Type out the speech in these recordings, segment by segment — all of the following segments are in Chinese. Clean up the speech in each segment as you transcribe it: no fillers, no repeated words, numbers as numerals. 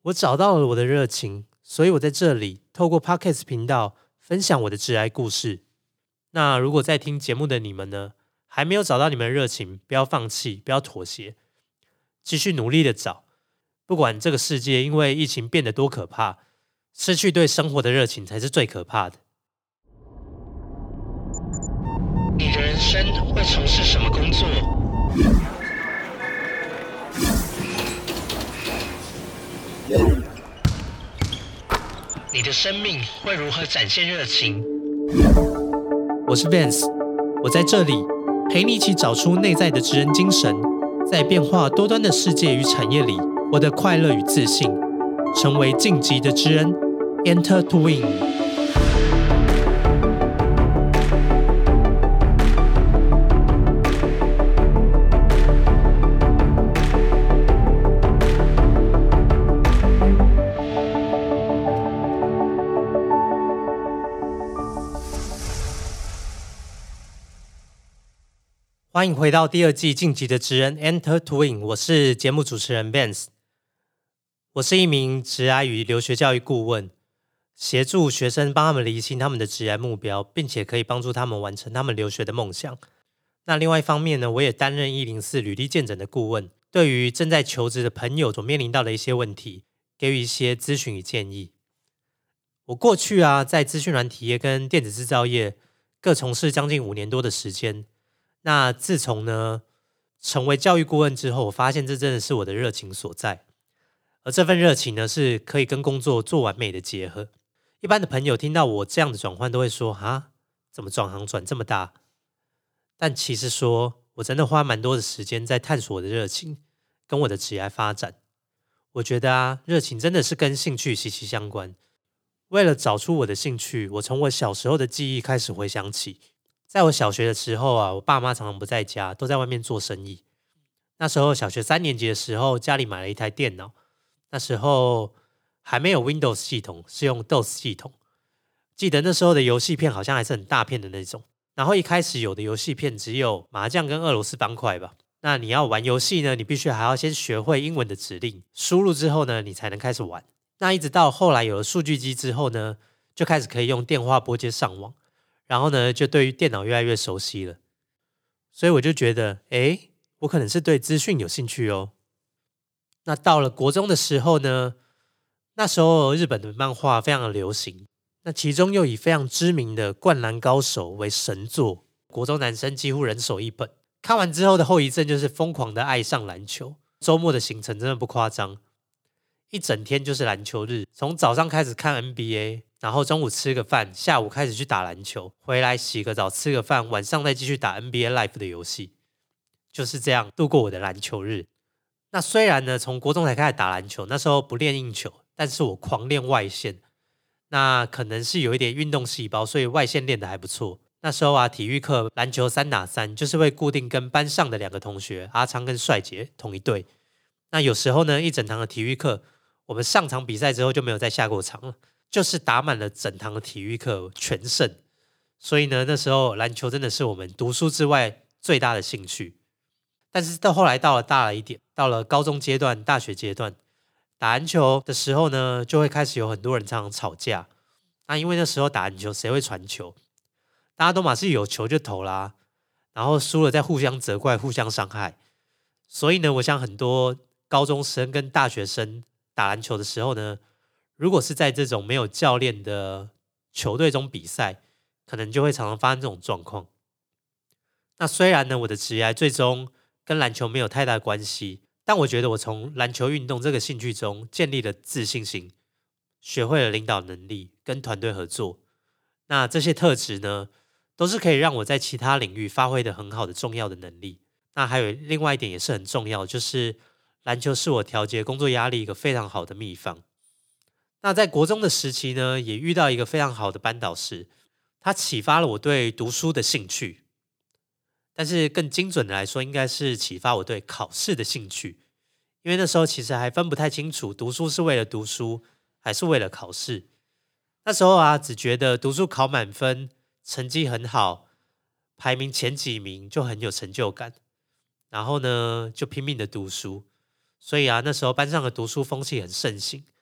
我找到了我的热情，所以我在这里透过 Podcast 频道分享我的职涯故事。那如果在听节目的你们呢，还没有找到你们的热情，不要放弃，不要妥协，继续努力的找。不管这个世界因为疫情变得多可怕，失去对生活的热情才是最可怕的。 你的人生会从事什么工作？你的生命会如何展现热情？ 我是 Vance， 我在这里陪你一起找出内在的职人精神，在变化多端的世界与产业里，活得快乐与自信，成为晋级的职人 Enter to Win。欢迎回到第二季晋级的职人 Enter to Win， 我是节目主持人 Vance。我是一名职涯与留学教育顾问，协助学生帮他们厘清他们的职涯目标，并且可以帮助他们完成他们留学的梦想。那另外一方面呢，我也担任104履历健诊的顾问，对于正在求职的朋友所面临到的一些问题，给予一些咨询与建议。我过去在资讯软体业跟电子制造业各从事将近5年多的时间。那自从呢成为教育顾问之后，我发现这真的是我的热情所在，而这份热情呢是可以跟工作做完美的结合。一般的朋友听到我这样的转换都会说怎么转行转这么大？但其实说我真的花蛮多的时间在探索我的热情跟我的职业发展。我觉得热情真的是跟兴趣息息相关。为了找出我的兴趣，我从我小时候的记忆开始回想起。在我小学的时候我爸妈常常不在家，都在外面做生意。那时候小学3年级的时候，家里买了一台电脑，那时候还没有 Windows 系统，是用 DOS 系统。记得那时候的游戏片好像还是很大片的那种，然后一开始有的游戏片只有麻将跟俄罗斯方块吧。那你要玩游戏呢，你必须还要先学会英文的指令，输入之后呢，你才能开始玩。那一直到后来有了数据机之后呢，就开始可以用电话拨接上网。然后呢，就对于电脑越来越熟悉了，所以我就觉得，我可能是对资讯有兴趣哦。那到了国中的时候呢，那时候日本的漫画非常的流行，那其中又以非常知名的《灌篮高手》为神作，国中男生几乎人手一本。看完之后的后遗症就是疯狂的爱上篮球，周末的行程真的不夸张，一整天就是篮球日，从早上开始看 NBA。然后中午吃个饭，下午开始去打篮球，回来洗个澡吃个饭，晚上再继续打 NBA Live 的游戏，就是这样度过我的篮球日。那虽然呢从国中才开始打篮球，那时候不练硬球，但是我狂练外线，那可能是有一点运动细胞，所以外线练得还不错。那时候体育课篮球3打3，就是会固定跟班上的2个同学阿昌跟帅杰同一队。那有时候呢一整堂的体育课，我们上场比赛之后就没有再下过场了，就是打满了整堂的体育课全胜。所以呢那时候篮球真的是我们读书之外最大的兴趣。但是到后来到了大了一点，到了高中阶段大学阶段，打篮球的时候呢就会开始有很多人常常吵架。那因为那时候打篮球谁会传球，大家都嘛是有球就投啦，然后输了再互相责怪互相伤害。所以呢我想很多高中生跟大学生打篮球的时候呢，如果是在这种没有教练的球队中比赛，可能就会常常发生这种状况。那虽然呢我的职业最终跟篮球没有太大的关系，但我觉得我从篮球运动这个兴趣中建立了自信心，学会了领导能力跟团队合作。那这些特质呢都是可以让我在其他领域发挥的很好的重要的能力。那还有另外一点也是很重要的，就是篮球是我调节工作压力一个非常好的秘方。那在国中的时期呢，也遇到一个非常好的班导师，他启发了我对读书的兴趣，但是更精准的来说，应该是启发我对考试的兴趣。因为那时候其实还分不太清楚读书是为了读书还是为了考试。那时候只觉得读书考满分，成绩很好，排名前几名就很有成就感，然后呢就拼命的读书。所以那时候班上的读书风气很盛行，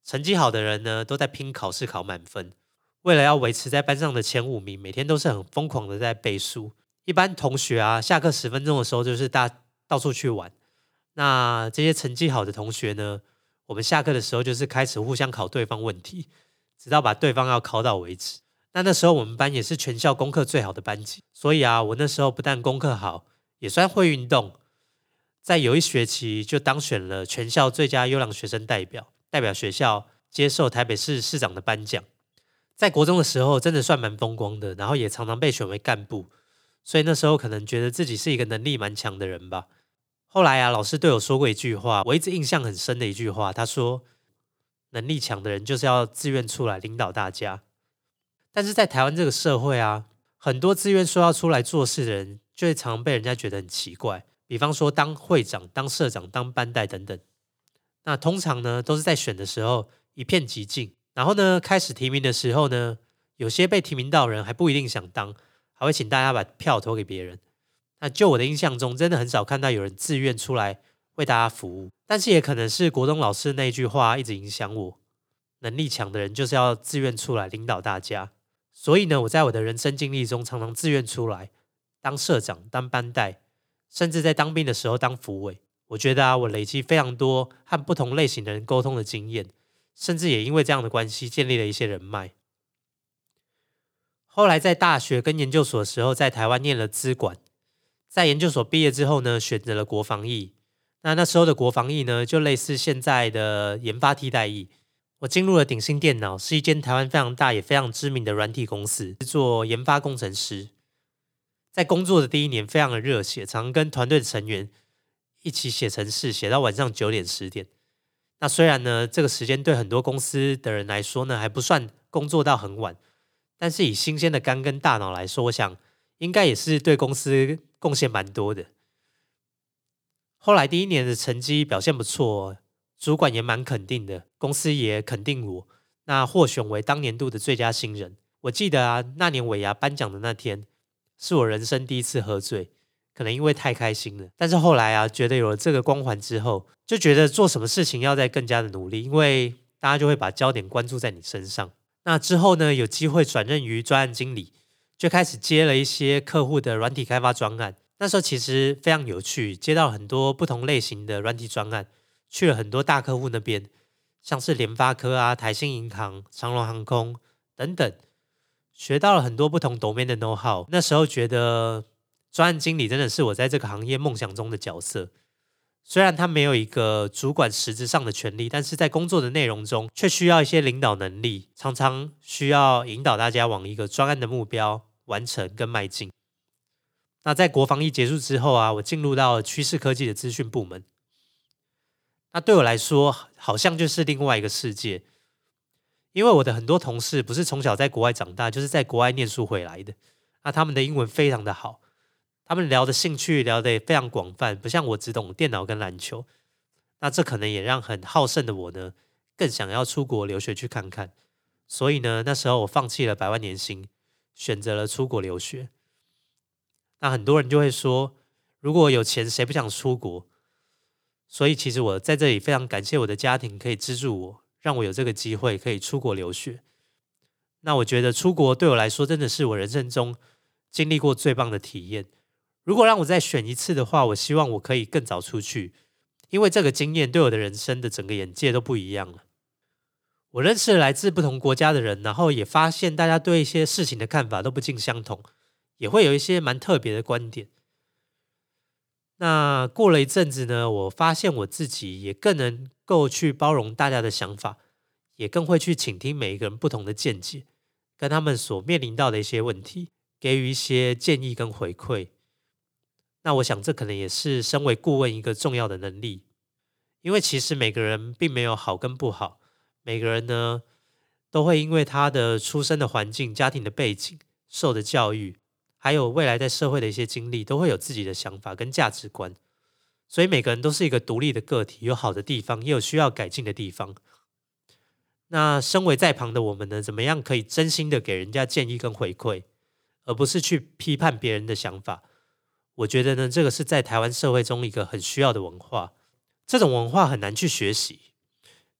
成绩好的人呢都在拼考试考满分，为了要维持在班上的前5名，每天都是很疯狂的在背书。一般同学啊，下课10分钟的时候就是到处去玩。那这些成绩好的同学呢，我们下课的时候就是开始互相考对方问题，直到把对方要考倒为止。那时候我们班也是全校功课最好的班级，所以啊，我那时候不但功课好，也算会运动。在有一学期就当选了全校最佳优良学生代表，代表学校接受台北市市长的颁奖。在国中的时候真的算蛮风光的，然后也常常被选为干部，所以那时候可能觉得自己是一个能力蛮强的人吧。后来啊，老师对我说过一句话，我一直印象很深的一句话，他说能力强的人就是要自愿出来领导大家。但是在台湾这个社会啊，很多自愿说要出来做事的人就会常被人家觉得很奇怪，比方说当会长、当社长、当班代等等。那通常呢都是在选的时候一片寂静，然后呢开始提名的时候呢，有些被提名到的人还不一定想当，还会请大家把票投给别人。那就我的印象中，真的很少看到有人自愿出来为大家服务。但是也可能是国中老师那一句话一直影响我，能力强的人就是要自愿出来领导大家。所以呢，我在我的人生经历中常常自愿出来当社长、当班代，甚至在当兵的时候当辅委。我觉得啊，我累积非常多和不同类型的人沟通的经验，甚至也因为这样的关系建立了一些人脉。后来在大学跟研究所的时候，在台湾念了资管，在研究所毕业之后呢，选择了国防役。那时候的国防役呢，就类似现在的研发替代役。我进入了鼎新电脑，是一间台湾非常大也非常知名的软体公司，做研发工程师。在工作的第1年非常的热血，常跟团队的成员一起写程式，写到晚上9点10点。那虽然呢，这个时间对很多公司的人来说呢，还不算工作到很晚，但是以新鲜的肝跟大脑来说，我想应该也是对公司贡献蛮多的。后来第1年的成绩表现不错，主管也蛮肯定的，公司也肯定我，那获选为当年度的最佳新人。我记得啊，那年尾牙颁奖的那天，是我人生第1次喝醉，可能因为太开心了。但是后来啊，觉得有了这个光环之后，就觉得做什么事情要再更加的努力，因为大家就会把焦点关注在你身上。那之后呢，有机会转任于专案经理，就开始接了一些客户的软体开发专案。那时候其实非常有趣，接到很多不同类型的软体专案，去了很多大客户那边，像是联发科啊、台新银行、长荣航空等等，学到了很多不同 domain 的 know how。那时候觉得专案经理真的是我在这个行业梦想中的角色。虽然他没有一个主管实质上的权利，但是在工作的内容中却需要一些领导能力，常常需要引导大家往一个专案的目标完成跟迈进。那在国防役结束之后啊，我进入到了趋势科技的资讯部门。那对我来说好像就是另外一个世界，因为我的很多同事不是从小在国外长大，就是在国外念书回来的。那他们的英文非常的好，他们聊的兴趣聊得也非常广泛，不像我只懂电脑跟篮球。那这可能也让很好胜的我呢，更想要出国留学去看看。所以呢，那时候我放弃了100万年薪，选择了出国留学。那很多人就会说，如果有钱谁不想出国？所以其实我在这里非常感谢我的家庭可以资助我，让我有这个机会可以出国留学。那我觉得出国对我来说真的是我人生中经历过最棒的体验。如果让我再选一次的话，我希望我可以更早出去，因为这个经验对我的人生的整个眼界都不一样了。我认识了来自不同国家的人，然后也发现大家对一些事情的看法都不尽相同，也会有一些蛮特别的观点。那过了一阵子呢，我发现我自己也更能够去包容大家的想法，也更会去倾听每一个人不同的见解，跟他们所面临到的一些问题，给予一些建议跟回馈。那我想这可能也是身为顾问一个重要的能力，因为其实每个人并没有好跟不好，每个人呢都会因为他的出生的环境、家庭的背景、受的教育，还有未来在社会的一些经历，都会有自己的想法跟价值观。所以每个人都是一个独立的个体，有好的地方，也有需要改进的地方。那身为在旁的我们呢，怎么样可以真心的给人家建议跟回馈，而不是去批判别人的想法？我觉得呢，这个是在台湾社会中一个很需要的文化。这种文化很难去学习，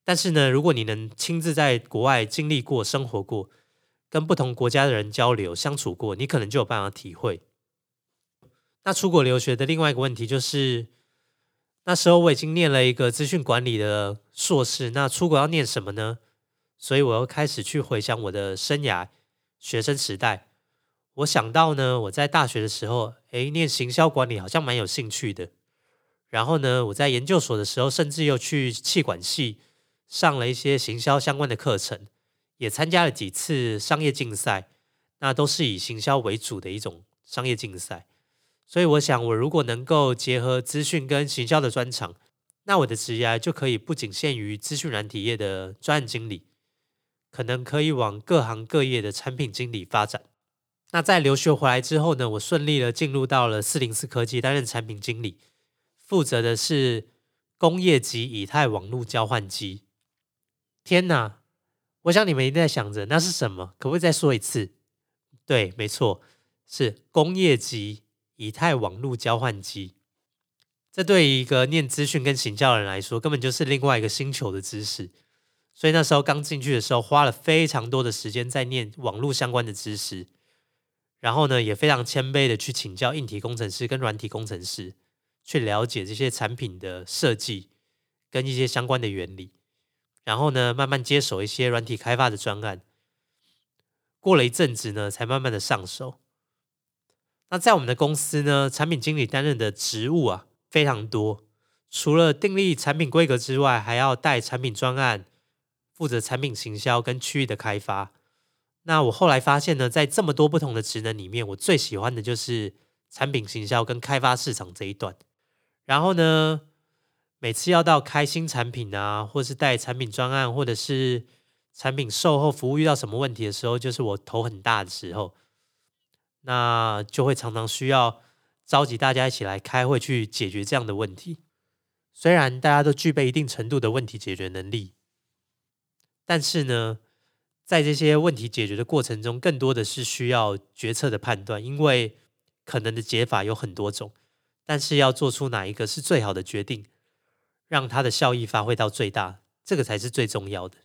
但是呢，如果你能亲自在国外经历过、生活过，跟不同国家的人交流、相处过，你可能就有办法体会。那出国留学的另外一个问题就是，那时候我已经念了一个资讯管理的硕士，那出国要念什么呢？所以我又开始去回想我的生涯、学生时代。我想到呢，我在大学的时候，念行销管理好像蛮有兴趣的。然后呢，我在研究所的时候，甚至又去企管系上了一些行销相关的课程，也参加了几次商业竞赛，那都是以行销为主的一种商业竞赛。所以我想，我如果能够结合资讯跟行销的专长，那我的职业就可以不仅限于资讯软体业的专案经理，可能可以往各行各业的产品经理发展。那在留学回来之后呢，我顺利的进入到了404科技担任产品经理，负责的是工业级以太网络交换机。天哪，我想你们一定在想着那是什么，可不可以再说一次？对，没错，是工业级以太网络交换机。这对于一个念资讯跟行销的人来说，根本就是另外一个星球的知识。所以那时候刚进去的时候，花了非常多的时间在念网络相关的知识，然后呢，也非常谦卑的去请教硬体工程师跟软体工程师，去了解这些产品的设计跟一些相关的原理，然后呢，慢慢接手一些软体开发的专案。过了一阵子呢，才慢慢的上手。那在我们的公司呢，产品经理担任的职务非常多，除了订立产品规格之外，还要带产品专案，负责产品行销跟区域的开发。那我后来发现呢，在这么多不同的职能里面，我最喜欢的就是产品行销跟开发市场这一段。然后呢，每次要到开新产品或是带产品专案，或者是产品售后服务遇到什么问题的时候，就是我头很大的时候，那就会常常需要召集大家一起来开会去解决这样的问题。虽然大家都具备一定程度的问题解决能力，但是呢，在这些问题解决的过程中，更多的是需要决策的判断，因为可能的解法有很多种，但是要做出哪一个是最好的决定，让它的效益发挥到最大，这个才是最重要的。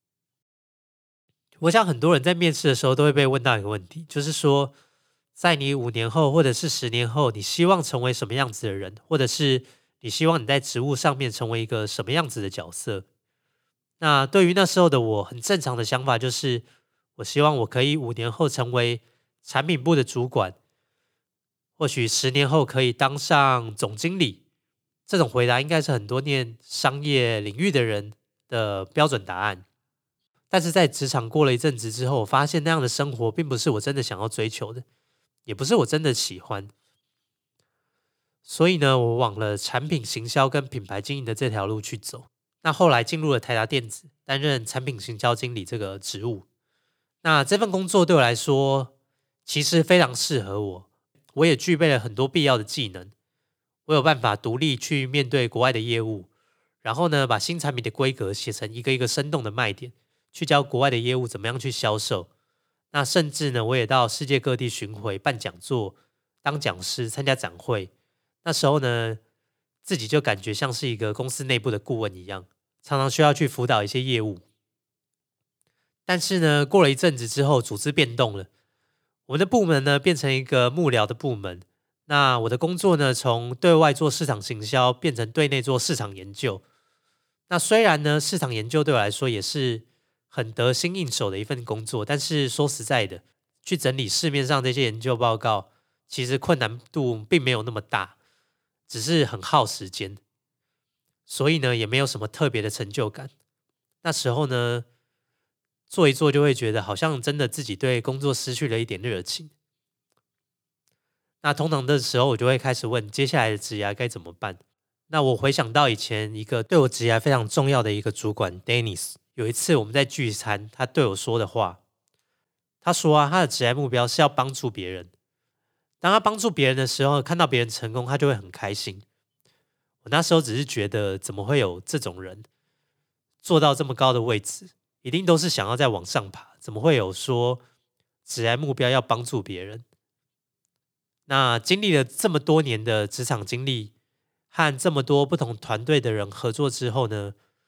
我想很多人在面试的时候都会被问到一个问题，就是说，在你5年后或者是10年后，你希望成为什么样子的人，或者是你希望你在职务上面成为一个什么样子的角色。那对于那时候的我，很正常的想法就是，我希望我可以5年后成为产品部的主管，或许10年后可以当上总经理。这种回答应该是很多念商业领域的人的标准答案。但是在职场过了一阵子之后，我发现那样的生活并不是我真的想要追求的，也不是我真的喜欢。所以呢，我往了产品行销跟品牌经营的这条路去走。那后来进入了台达电子，担任产品行销经理这个职务。那这份工作对我来说，其实非常适合我，我也具备了很多必要的技能。我有办法独立去面对国外的业务，然后呢，把新产品的规格写成一个一个生动的卖点，去教国外的业务怎么样去销售。那甚至呢，我也到世界各地巡回办讲座，当讲师，参加展会。那时候呢，自己就感觉像是一个公司内部的顾问一样，常常需要去辅导一些业务。但是呢，过了一阵子之后，组织变动了，我们的部门呢变成一个幕僚的部门。那我的工作呢，从对外做市场行销变成对内做市场研究。那虽然呢，市场研究对我来说也是很得心应手的一份工作，但是说实在的，去整理市面上这些研究报告，其实困难度并没有那么大，只是很耗时间，所以呢，也没有什么特别的成就感。那时候呢，做一做就会觉得好像真的自己对工作失去了一点热情。那通常的时候，我就会开始问接下来的职涯该怎么办。那我回想到以前一个对我职涯非常重要的一个主管 Dennis， 有一次我们在聚餐，他对我说的话，他说他的职业目标是要帮助别人。当他帮助别人的时候，看到别人成功，他就会很开心。我那时候只是觉得，怎么会有这种人做到这么高的位置？一定都是想要再往上爬，怎么会有说职业目标要帮助别人？那经历了这么多年的职场经历，和这么多不同团队的人合作之后呢，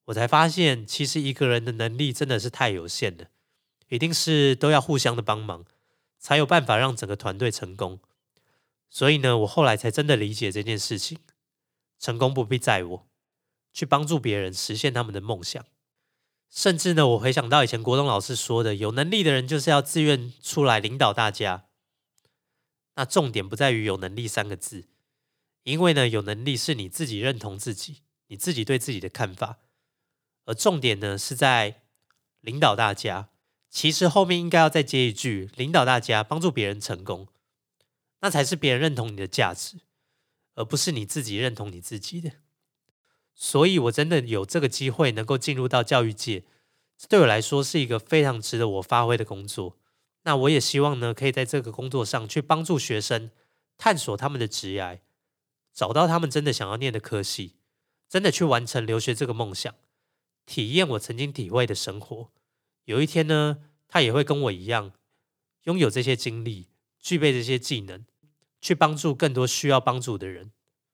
我才发现其实一个人的能力真的是太有限了，一定是都要互相的帮忙，才有办法让整个团队成功。所以呢，我后来才真的理解这件事情，成功不必在我，去帮助别人实现他们的梦想。甚至呢，我回想到以前国栋老师说的，有能力的人就是要自愿出来领导大家。那重点不在于有能力3个字，因为呢，有能力是你自己认同自己，你自己对自己的看法，而重点呢是在领导大家。其实后面应该要再接一句，领导大家，帮助别人成功，那才是别人认同你的价值，而不是你自己认同你自己的。所以我真的有这个机会能够进入到教育界，这对我来说是一个非常值得我发挥的工作。那我也希望呢，可以在这个工作上去帮助学生探索他们的职业，找到他们真的想要念的科系，真的去完成留学这个梦想，体验我曾经体会的生活。有一天呢，他也会跟我一样，拥有这些经历，具备这些技能，去帮助更多需要帮助的人。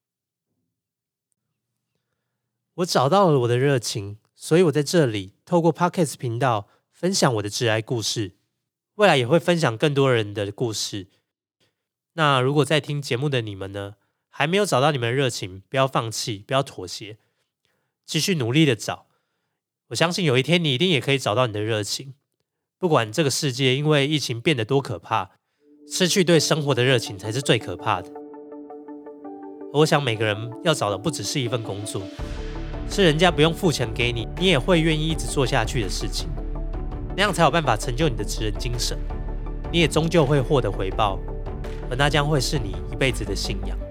我找到了我的热情，所以我在这里透过 Podcast 频道分享我的职涯故事，未来也会分享更多人的故事。那如果在听节目的你们呢，还没有找到你们的热情，不要放弃，不要妥协，继续努力的找。我相信有一天你一定也可以找到你的热情。不管这个世界因为疫情变得多可怕，失去对生活的热情才是最可怕的。我想每个人要找的不只是一份工作，是人家不用付钱给你，你也会愿意一直做下去的事情，那样才有办法成就你的职人精神，你也终究会获得回报，而那将会是你一辈子的信仰。